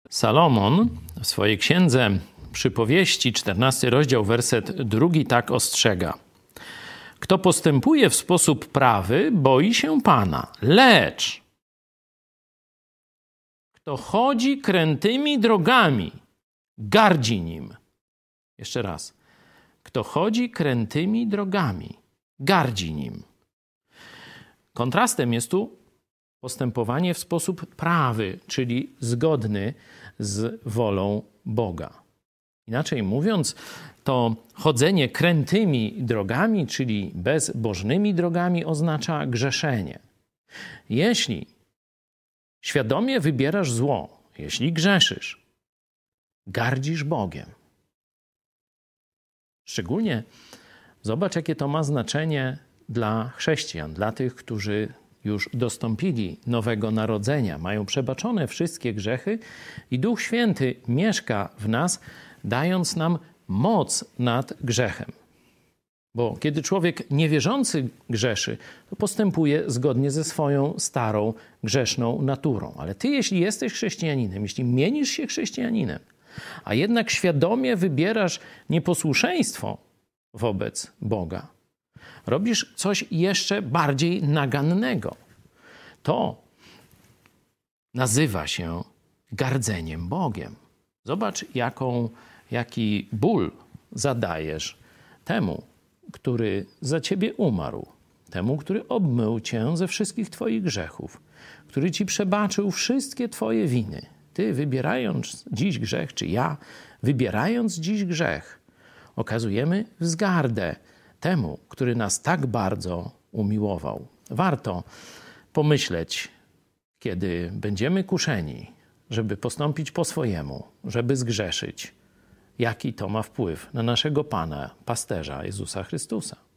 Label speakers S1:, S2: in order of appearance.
S1: Salomon w swojej księdze Przypowieści, 14 rozdział, werset 2 tak ostrzega. Kto postępuje w sposób prawy, boi się Pana, lecz kto chodzi krętymi drogami, gardzi nim. Jeszcze raz. Kto chodzi krętymi drogami, gardzi nim. Kontrastem jest tu postępowanie w sposób prawy, czyli zgodny z wolą Boga. Inaczej mówiąc, to chodzenie krętymi drogami, czyli bezbożnymi drogami, oznacza grzeszenie. Jeśli świadomie wybierasz zło, jeśli grzeszysz, gardzisz Bogiem. Szczególnie zobacz, jakie to ma znaczenie dla chrześcijan, dla tych, którzy już dostąpili nowego narodzenia, mają przebaczone wszystkie grzechy i Duch Święty mieszka w nas, dając nam moc nad grzechem. Bo kiedy człowiek niewierzący grzeszy, to postępuje zgodnie ze swoją starą, grzeszną naturą. Ale ty, jeśli jesteś chrześcijaninem, jeśli mienisz się chrześcijaninem, a jednak świadomie wybierasz nieposłuszeństwo wobec Boga, robisz coś jeszcze bardziej nagannego. To nazywa się gardzeniem Bogiem. Zobacz, jaki ból zadajesz temu, który za ciebie umarł, temu, który obmył cię ze wszystkich twoich grzechów, który ci przebaczył wszystkie twoje winy. Ty, wybierając dziś grzech, czy ja, wybierając dziś grzech, okazujemy wzgardę temu, który nas tak bardzo umiłował. Warto pomyśleć, kiedy będziemy kuszeni, żeby postąpić po swojemu, żeby zgrzeszyć, jaki to ma wpływ na naszego Pana, pasterza Jezusa Chrystusa.